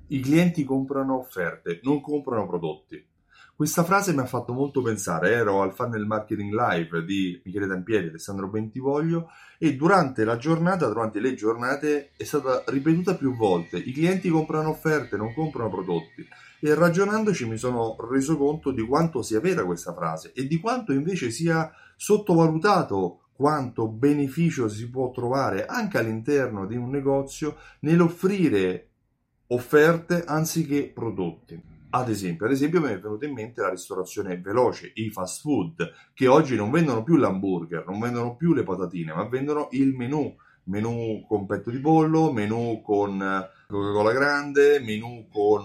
I clienti comprano offerte, non comprano prodotti. Questa frase mi ha fatto molto pensare. Ero al Funnel Marketing Live di Michele Tampieri e Alessandro Bentivoglio e durante le giornate è stata ripetuta più volte. I clienti comprano offerte, non comprano prodotti. E ragionandoci mi sono reso conto di quanto sia vera questa frase e di quanto invece sia sottovalutato quanto beneficio si può trovare anche all'interno di un negozio nell'offrire offerte anziché prodotti. Ad esempio mi è venuta in mente la ristorazione veloce, i fast food, che oggi non vendono più l'hamburger, non vendono più le patatine, ma vendono il menù con petto di pollo, menù con Coca-Cola grande, menù con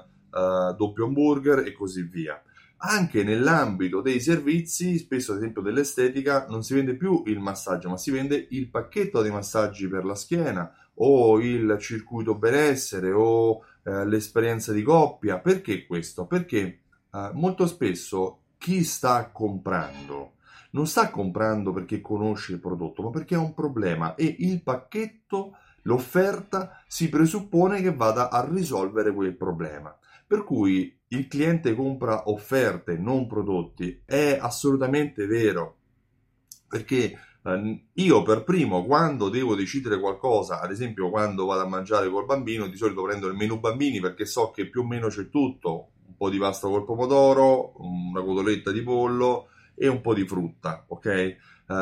doppio hamburger e così via. Anche nell'ambito dei servizi, spesso ad esempio dell'estetica, non si vende più il massaggio, ma si vende il pacchetto dei massaggi per la schiena o il circuito benessere o l'esperienza di coppia. Perché questo? Perché molto spesso chi sta comprando non sta comprando perché conosce il prodotto, ma perché ha un problema e il pacchetto, l'offerta, si presuppone che vada a risolvere quel problema. Per cui il cliente compra offerte, non prodotti. È assolutamente vero, perché io per primo, quando devo decidere qualcosa, ad esempio quando vado a mangiare col bambino, di solito prendo il menù bambini perché so che più o meno c'è tutto: un po' di pasta col pomodoro, una cotoletta di pollo e un po' di frutta, ok?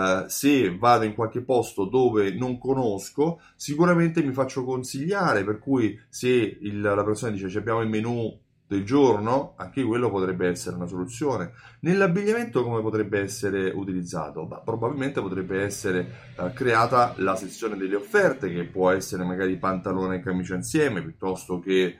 Se vado in qualche posto dove non conosco, sicuramente mi faccio consigliare, per cui se la persona dice "Ci abbiamo il menù del giorno", anche quello potrebbe essere una soluzione. Nell'abbigliamento come potrebbe essere utilizzato? Beh, probabilmente potrebbe essere creata la sezione delle offerte, che può essere magari pantalone e camicia insieme, piuttosto che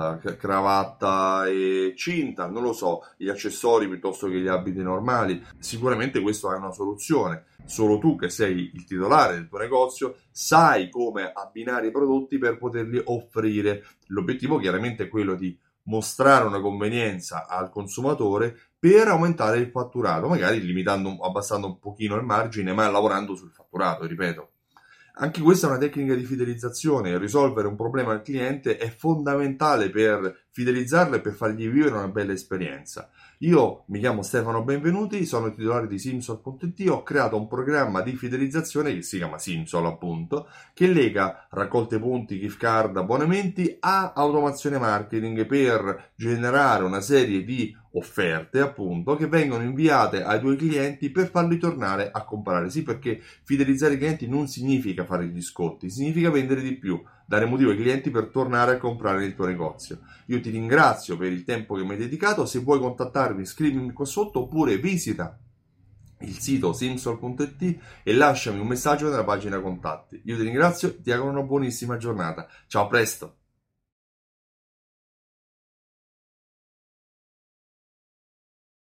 cravatta e cinta, non lo so, gli accessori piuttosto che gli abiti normali. Sicuramente questo è una soluzione. Solo tu, che sei il titolare del tuo negozio, sai come abbinare i prodotti per poterli offrire. L'obiettivo chiaramente è quello di mostrare una convenienza al consumatore per aumentare il fatturato, magari abbassando un pochino il margine, ma lavorando sul fatturato, ripeto. Anche questa è una tecnica di fidelizzazione. Risolvere un problema al cliente è fondamentale per fidelizzarlo e per fargli vivere una bella esperienza. Io mi chiamo Stefano Benvenuti, sono il titolare di Simsol.it, ho creato un programma di fidelizzazione che si chiama Simsol, appunto, che lega raccolte punti, gift card, abbonamenti a automazione marketing per generare una serie di offerte, appunto, che vengono inviate ai tuoi clienti per farli tornare a comprare. Sì, perché fidelizzare i clienti non significa fare gli sconti, significa vendere di più, dare motivo ai clienti per tornare a comprare nel tuo negozio. Io ti ringrazio per il tempo che mi hai dedicato. Se vuoi contattarmi, scrivimi qua sotto oppure visita il sito simsol.it e lasciami un messaggio nella pagina contatti. Io ti ringrazio e ti auguro una buonissima giornata. Ciao, a presto!